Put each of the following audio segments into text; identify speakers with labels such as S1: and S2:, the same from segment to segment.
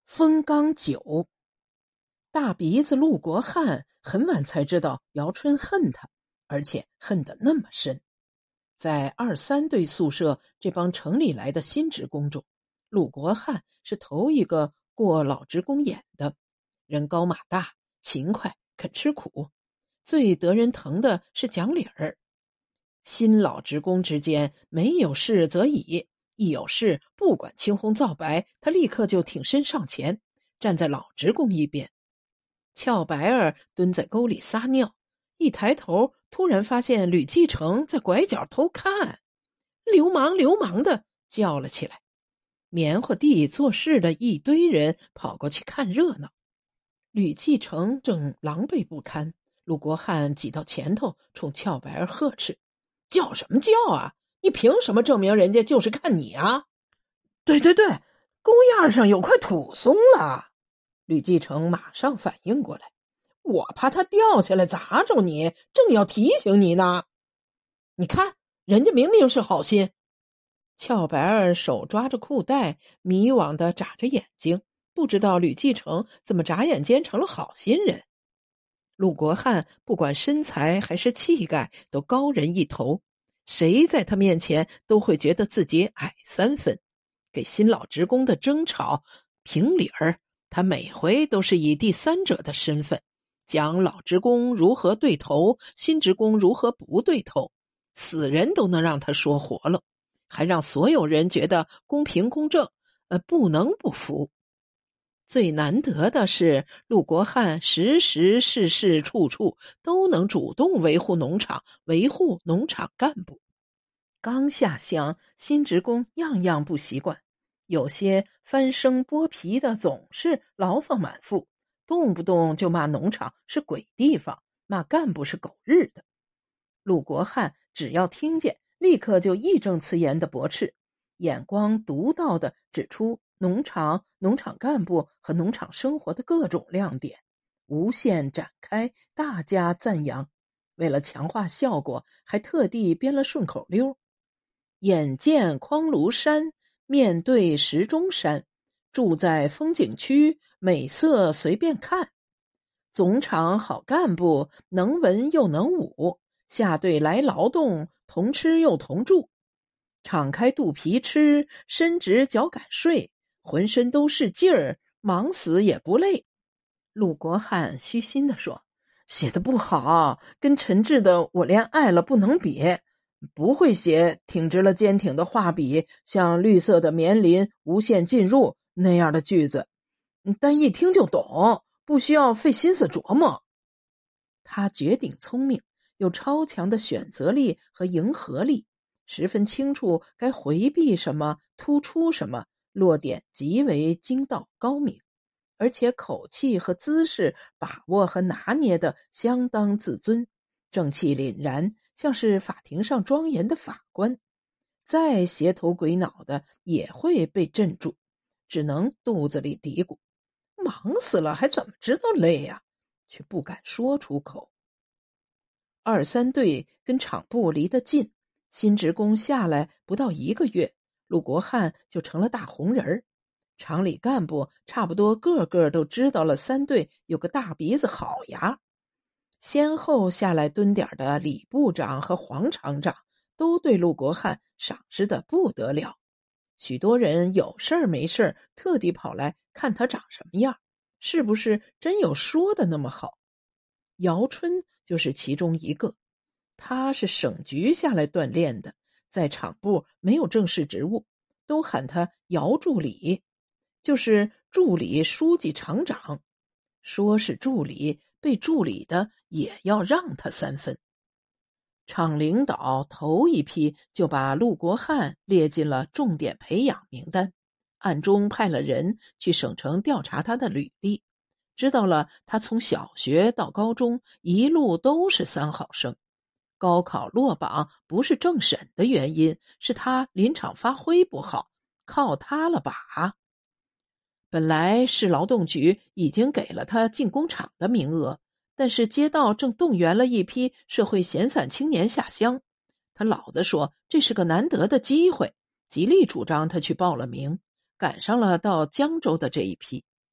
S1: 风缸9。大鼻子陆国汉很晚才知道姚春恨他，而且恨得那么深。在2、3队宿舍这帮城里来的新职工中，陆国汉是头一个过老职工眼的。人高马大，勤快，肯吃苦，最得人疼的是讲理儿。新老职工之间没有事则已，一有事不管青红皂白，他立刻就挺身上前，站在老职工一边。俏白儿蹲在沟里撒尿，一抬头突然发现吕继承在拐角偷看，流氓流氓的叫了起来。棉花地做事的一堆人跑过去看热闹。吕继承正狼狈不堪，陆国汉挤到前头，冲俏白儿呵斥：叫什么叫啊？你凭什么证明人家就是看你啊？对，沟沿上有块土松了。吕继承马上反应过来，我怕他掉下来砸着你，正要提醒你呢。你看，人家明明是好心。俏白儿手抓着裤带，迷惘地眨着眼睛，不知道吕继承怎么眨眼间成了好心人。陆国汉不管身材还是气概都高人一头，谁在他面前都会觉得自己矮3分。给新老职工的争吵评理儿，他每回都是以第三者的身份，讲老职工如何对头，新职工如何不对头，死人都能让他说活了，还让所有人觉得公平公正，不能不服。最难得的是，陆国汉时时事事处处都能主动维护农场，维护农场干部。刚下乡，新职工样样不习惯，有些翻生剥皮的总是牢骚满腹，动不动就骂农场是鬼地方，骂干部是狗日的。陆国汉只要听见，立刻就义正辞严地驳斥，眼光独到地指出农场干部和农场生活的各种亮点，无限展开，大加赞扬。为了强化效果，还特地编了顺口溜：眼见匡庐山，面对石钟山，住在风景区，美色随便看。总场好干部，能文又能武，下队来劳动，同吃又同住。敞开肚皮吃，伸直脚敢睡，浑身都是劲儿，忙死也不累。陆国汉虚心地说，写得不好，跟陈志的我连爱了不能比，不会写挺直了坚挺的画笔，像绿色的棉林无限进入那样的句子，但一听就懂，不需要费心思琢磨。他绝顶聪明，有超强的选择力和迎合力，十分清楚该回避什么，突出什么，落点极为精到高明，而且口气和姿势把握和拿捏得相当自尊，正气凛然，像是法庭上庄严的法官。再邪头鬼脑的也会被镇住，只能肚子里嘀咕，忙死了还怎么知道累呀，却不敢说出口。2、3队跟厂部离得近，新职工下来不到1个月，陆国汉就成了大红人。厂里干部差不多个个都知道了3队有个大鼻子好牙。先后下来蹲点的李部长和黄厂长都对陆国汉赏识的不得了，许多人有事儿没事儿特地跑来看他长什么样，是不是真有说的那么好。姚春就是其中一个，他是省局下来锻炼的，在厂部没有正式职务，都喊他姚助理，就是助理书记厂长。说是助理，被助理的也要让他3分。厂领导头一批就把陆国汉列进了重点培养名单，暗中派了人去省城调查他的履历，知道了他从小学到高中一路都是3好生，高考落榜不是政审的原因，是他临场发挥不好，靠他了把。本来市劳动局已经给了他进工厂的名额，但是街道正动员了一批社会闲散青年下乡，他老子说这是个难得的机会，极力主张他去报了名，赶上了到江州的这一批。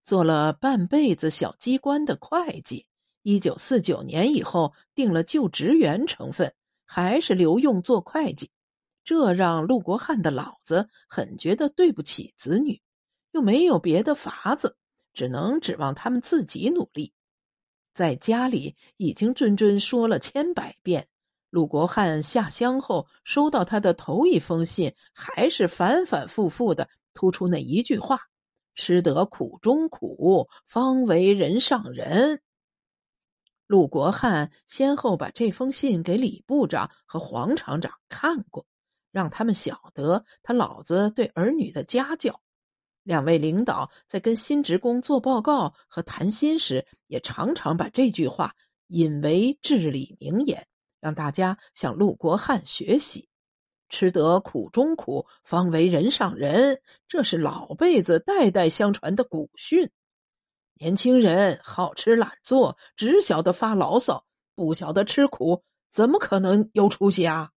S1: 做了半辈子小机关的会计，1949年以后定了就职员成分，还是留用做会计。这让陆国汉的老子很觉得对不起子女，又没有别的法子，只能指望他们自己努力。在家里已经谆谆说了千百遍，陆国汉下乡后收到他的头一封信，还是反反复复的突出那一句话：吃得苦中苦，方为人上人。陆国汉先后把这封信给李部长和黄厂长看过，让他们晓得他老子对儿女的家教。两位领导在跟新职工做报告和谈心时，也常常把这句话引为至理名言，让大家向陆国汉学习。吃得苦中苦，方为人上人，这是老辈子代代相传的古训。年轻人好吃懒做，只晓得发牢骚，不晓得吃苦，怎么可能有出息啊？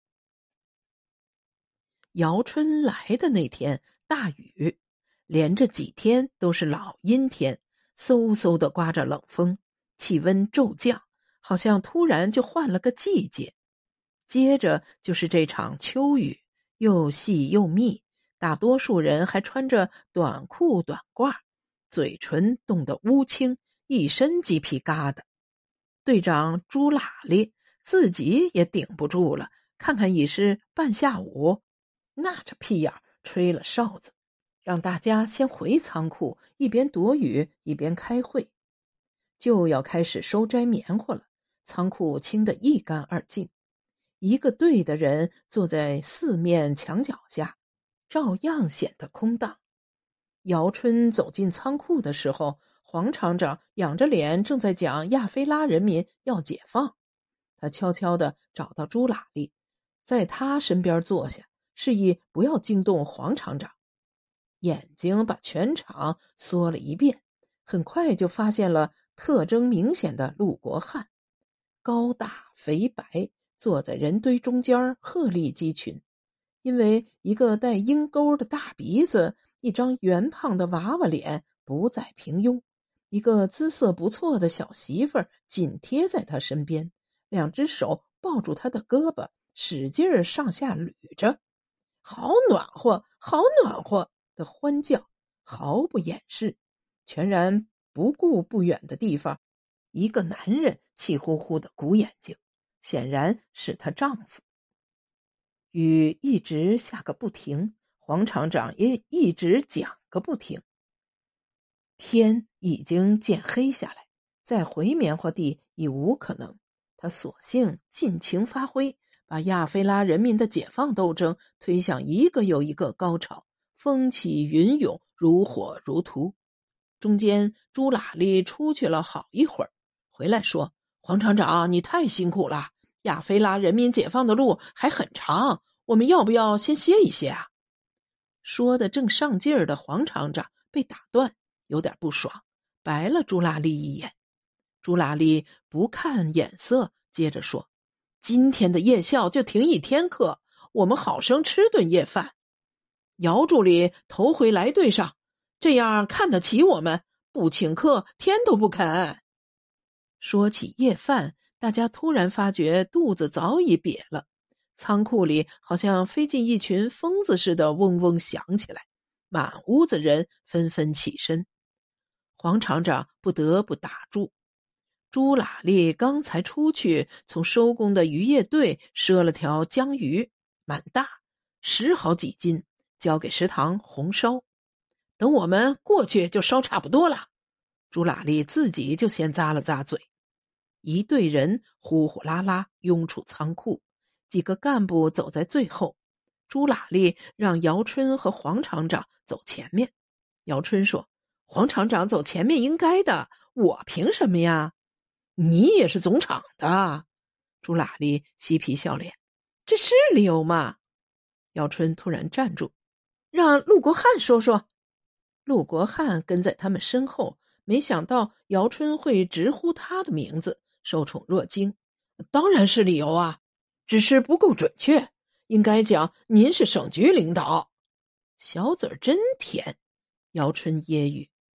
S1: 姚春来的那天大雨，连着几天都是老阴天，嗖嗖地刮着冷风，气温骤降，好像突然就换了个季节。接着就是这场秋雨，又细又密，大多数人还穿着短裤短褂，嘴唇冻得乌青，一身鸡皮疙瘩。队长朱喇哩自己也顶不住了，看看已是半下午，纳着屁眼吹了哨子，让大家先回仓库，一边躲雨一边开会。就要开始收摘棉花了，仓库清得一干二净。一个队的人坐在四面墙角下，照样显得空荡。姚春走进仓库的时候，黄厂长仰着脸正在讲亚非拉人民要解放。他悄悄地找到朱喇哩，在他身边坐下，示意不要惊动黄厂长。眼睛把全场缩了一遍，很快就发现了特征明显的陆国汉，高大肥白，坐在人堆中间鹤立鸡群。因为一个带鹰钩的大鼻子，一张圆胖的娃娃脸不再平庸，一个姿色不错的小媳妇儿紧贴在他身边，两只手抱住他的胳膊，使劲上下捋着，好暖和好暖和的欢叫，毫不掩饰，全然不顾不远的地方一个男人气呼呼的鼓眼睛，显然是她丈夫。雨一直下个不停，黄厂长也一直讲个不停。天已经渐黑下来，再回棉花地已无可能，他索性尽情发挥，把亚非拉人民的解放斗争推向一个又一个高潮，风起云涌，如火如荼。中间朱喇哩出去了好一会儿，回来说：黄厂长，你太辛苦了，亚非拉人民解放的路还很长，我们要不要先歇一歇啊？说的正上劲儿的黄厂长被打断，有点不爽，白了朱喇哩一眼。朱喇哩不看眼色，接着说：今天的夜校就停一天课，我们好生吃顿夜饭。姚助理头回来队上，这样看得起我们，不请客天都不肯。说起夜饭，大家突然发觉肚子早已瘪了，仓库里好像飞进一群疯子似的嗡嗡响起来，满屋子人纷纷起身。黄厂长不得不打住。朱喇哩刚才出去，从收工的渔业队赊了条江鱼，蛮大，10好几斤，交给食堂红烧。等我们过去就烧差不多了。朱喇哩自己就先咂了咂嘴。一队人呼呼啦啦拥出仓库，几个干部走在最后。朱喇哩让姚春和黄厂长走前面。姚春说：黄厂长走前面应该的，我凭什么呀？你也是总厂的。朱喇哩嬉皮笑脸：这是理由吗？姚春突然站住，让陆国汉说说。陆国汉跟在他们身后，没想到姚春会直呼他的名字，受宠若惊。当然是理由啊，只是不够准确，应该讲您是省局领导。小嘴真甜，姚春揶揄。甜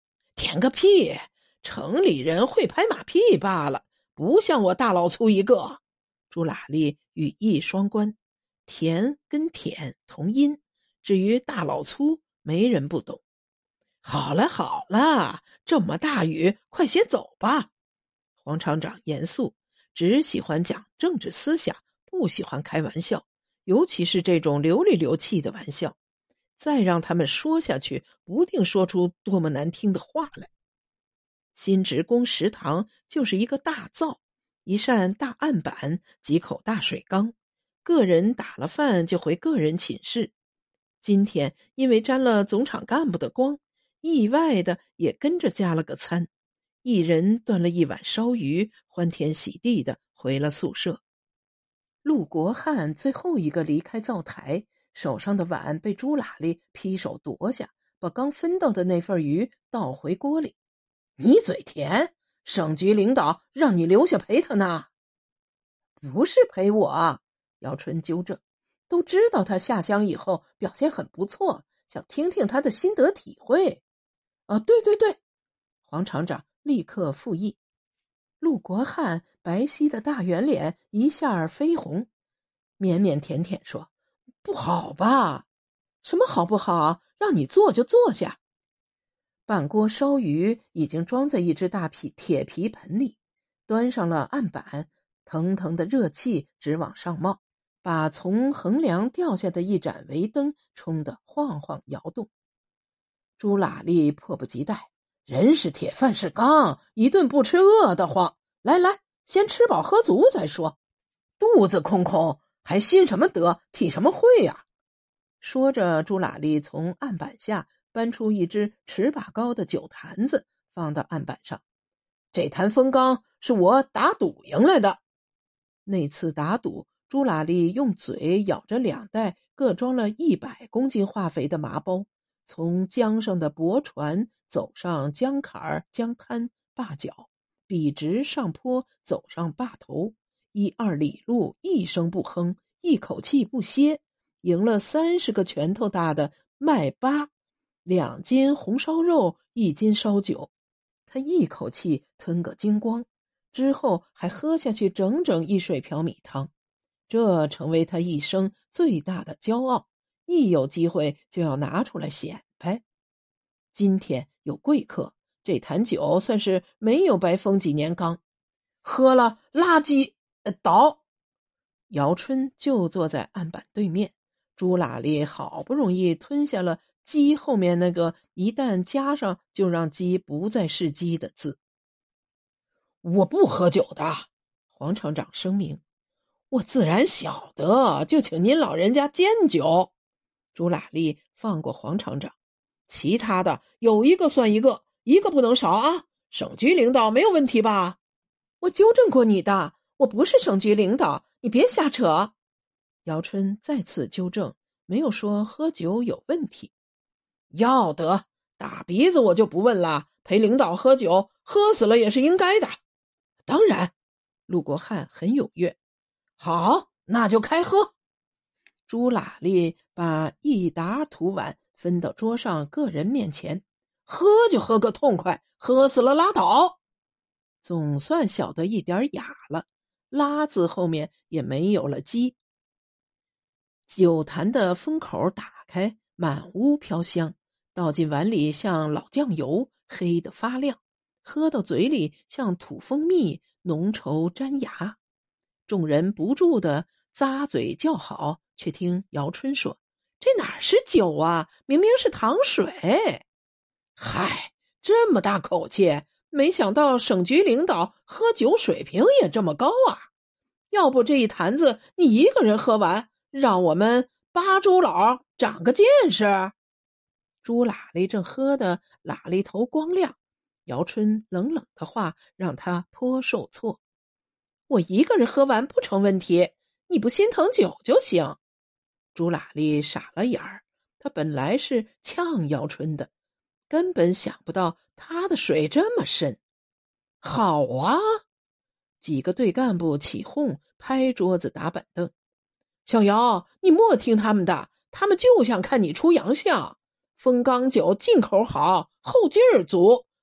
S1: 舔个屁！城里人会拍马屁罢了，不像我大老粗一个。朱喇利语义双关，舔跟舔同音，至于大老粗，没人不懂。好了好了，这么大雨，快些走吧。黄厂长严肃，只喜欢讲政治思想，不喜欢开玩笑，尤其是这种流里流气的玩笑。再让他们说下去，不定说出多么难听的话来。新职工食堂就是一个大灶，一扇大案板，几口大水缸，个人打了饭就回个人寝室。今天因为沾了总厂干部的光，意外的也跟着加了个餐，一人端了一碗烧鱼，欢天喜地的回了宿舍。陆国汉最后一个离开灶台，手上的碗被朱喇利劈手夺下，把刚分到的那份鱼倒回锅里。你嘴甜，省局领导让你留下陪他呢。不是陪我，姚春纠正，都知道他下乡以后表现很不错，想听听他的心得体会。对对对，黄厂长立刻附议。陆国汉白皙的大圆脸一下绯红，腼腼腆腆说：不好吧？什么好不好？让你做就坐下。半锅烧鱼已经装在一只大铁皮盆里，端上了案板，腾腾的热气直往上冒，把从横梁掉下的一盏围灯冲得晃晃摇动。朱喇利迫不及待，人是铁饭是钢，一顿不吃饿得慌。来来，先吃饱喝足再说，肚子空空还心什么得，体什么会呀？说着，朱喇利从案板下搬出一只尺把高的酒坛子，放到案板上。这坛风缸是我打赌赢来的。那次打赌，朱喇利用嘴咬着2袋各装了100公斤化肥的麻包，从江上的驳船走上江坎、江滩、坝脚，笔直上坡走上坝头，1、2里路一声不哼，一口气不歇，赢了30个拳头大的麦粑，2斤红烧肉，1斤烧酒。他一口气吞个精光，之后还喝下去整整1水瓢米汤，这成为他一生最大的骄傲，一有机会就要拿出来显摆。今天有贵客，这坛酒算是没有白封几年缸，喝了垃圾倒。姚春就坐在案板对面，朱喇利好不容易吞下了鸡后面那个一旦加上就让鸡不再是鸡的字。我不喝酒的，黄厂长声明。我自然晓得，就请您老人家煎酒。朱喇利放过黄厂长，其他的有一个算一个，一个不能少啊。省局领导没有问题吧？我纠正过你的，我不是省局领导，你别瞎扯。姚春再次纠正，没有说喝酒有问题。要得，大鼻子我就不问了，陪领导喝酒，喝死了也是应该的。当然，陆国汉很踊跃。好，那就开喝。朱喇利把一打土碗分到桌上个人面前，喝就喝个痛快，喝死了拉倒。总算晓得一点雅了，拉字后面也没有了鸡。酒坛的封口打开，满屋飘香，倒进碗里像老酱油，黑得发亮，喝到嘴里像土蜂蜜，浓稠粘牙。众人不住的咂嘴叫好，却听姚春说：这哪是酒啊，明明是糖水。嗨，这么大口气，没想到省局领导喝酒水平也这么高啊。要不这一坛子你一个人喝完，让我们8周老长个见识。朱喇利正喝得喇利头光亮，姚春冷冷的话让他颇受挫。我一个人喝完不成问题，你不心疼酒就行。朱喇利傻了眼儿，他本来是呛姚春的，根本想不到他的水这么深。好啊！几个队干部起哄，拍桌子打板凳。小姚，你莫听他们的，他们就想看你出洋相。风缸酒进口好，后劲儿足，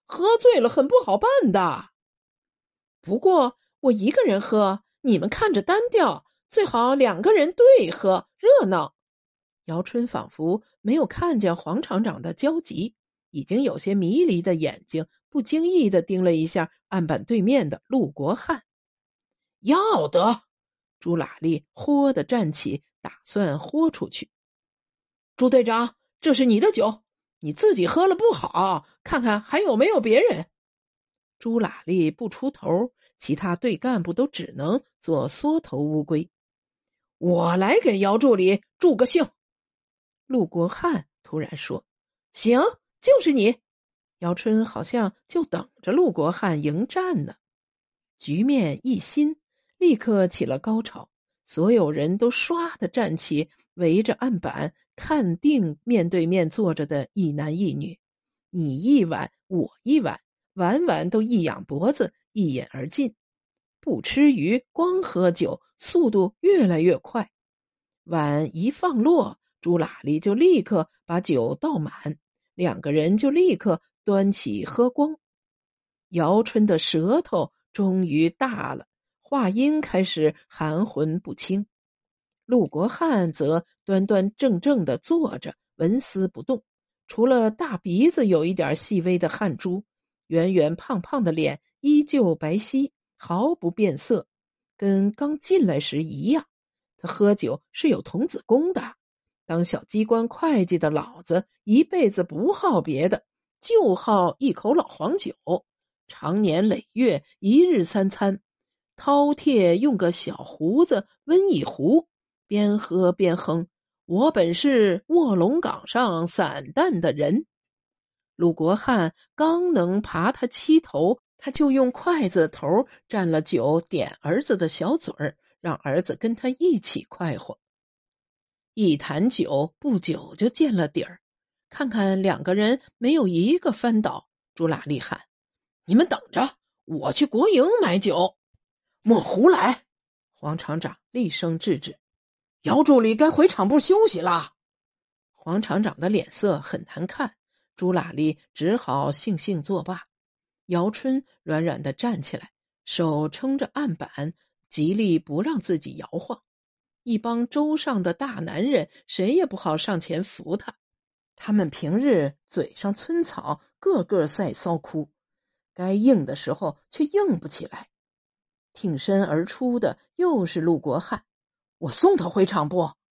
S1: 喝醉了很不好办的。不过我一个人喝，你们看着单调，最好2个人对喝，热闹。姚春仿佛没有看见黄厂长的焦急，已经有些迷离的眼睛不经意地盯了一下案板对面的陆国汉。要得！朱喇利豁地站起，打算豁出去。朱队长，这是你的酒，你自己喝了不好，看看还有没有别人。朱喇利不出头，其他队干部都只能做缩头乌龟。我来给姚助理助个兴。陆国汉突然说：行，就是你。姚春好像就等着陆国汉迎战呢。局面一新，立刻起了高潮，所有人都唰地站起，围着案板看定面对面坐着的一男一女，你一碗我一碗，碗碗都一仰脖子，一饮而尽。不吃鱼光喝酒，速度越来越快。碗一放落，朱喇利就立刻把酒倒满，2个人就立刻端起喝光。姚春的舌头终于大了，话音开始含混不清。陆国汉则端端正正地坐着，纹丝不动，除了大鼻子有一点细微的汗珠，圆圆胖胖的脸依旧白皙，毫不变色，跟刚进来时一样。他喝酒是有童子功的，当小机关会计的老子一辈子不好别的，就好一口老黄酒，常年累月一日3餐，饕餮用个小壶子温一壶，边喝边哼，我本是卧龙岗上散淡的人。陆国汉刚能爬他7头，他就用筷子头蘸了酒点儿子的小嘴儿，让儿子跟他一起快活。一坛酒不久就见了底儿，看看2个人没有一个翻倒，朱喇利喊：你们等着，我去国营买酒。莫胡来！黄厂长厉声制止。姚助理该回厂部休息了。黄厂长的脸色很难看，朱喇利只好悻悻作罢。姚春软软地站起来，手撑着案板，极力不让自己摇晃。一帮州上的大男人，谁也不好上前扶他。他们平日嘴上村草，个个赛骚哭，该硬的时候却硬不起来。挺身而出的又是陆国汉。我送他回厂部。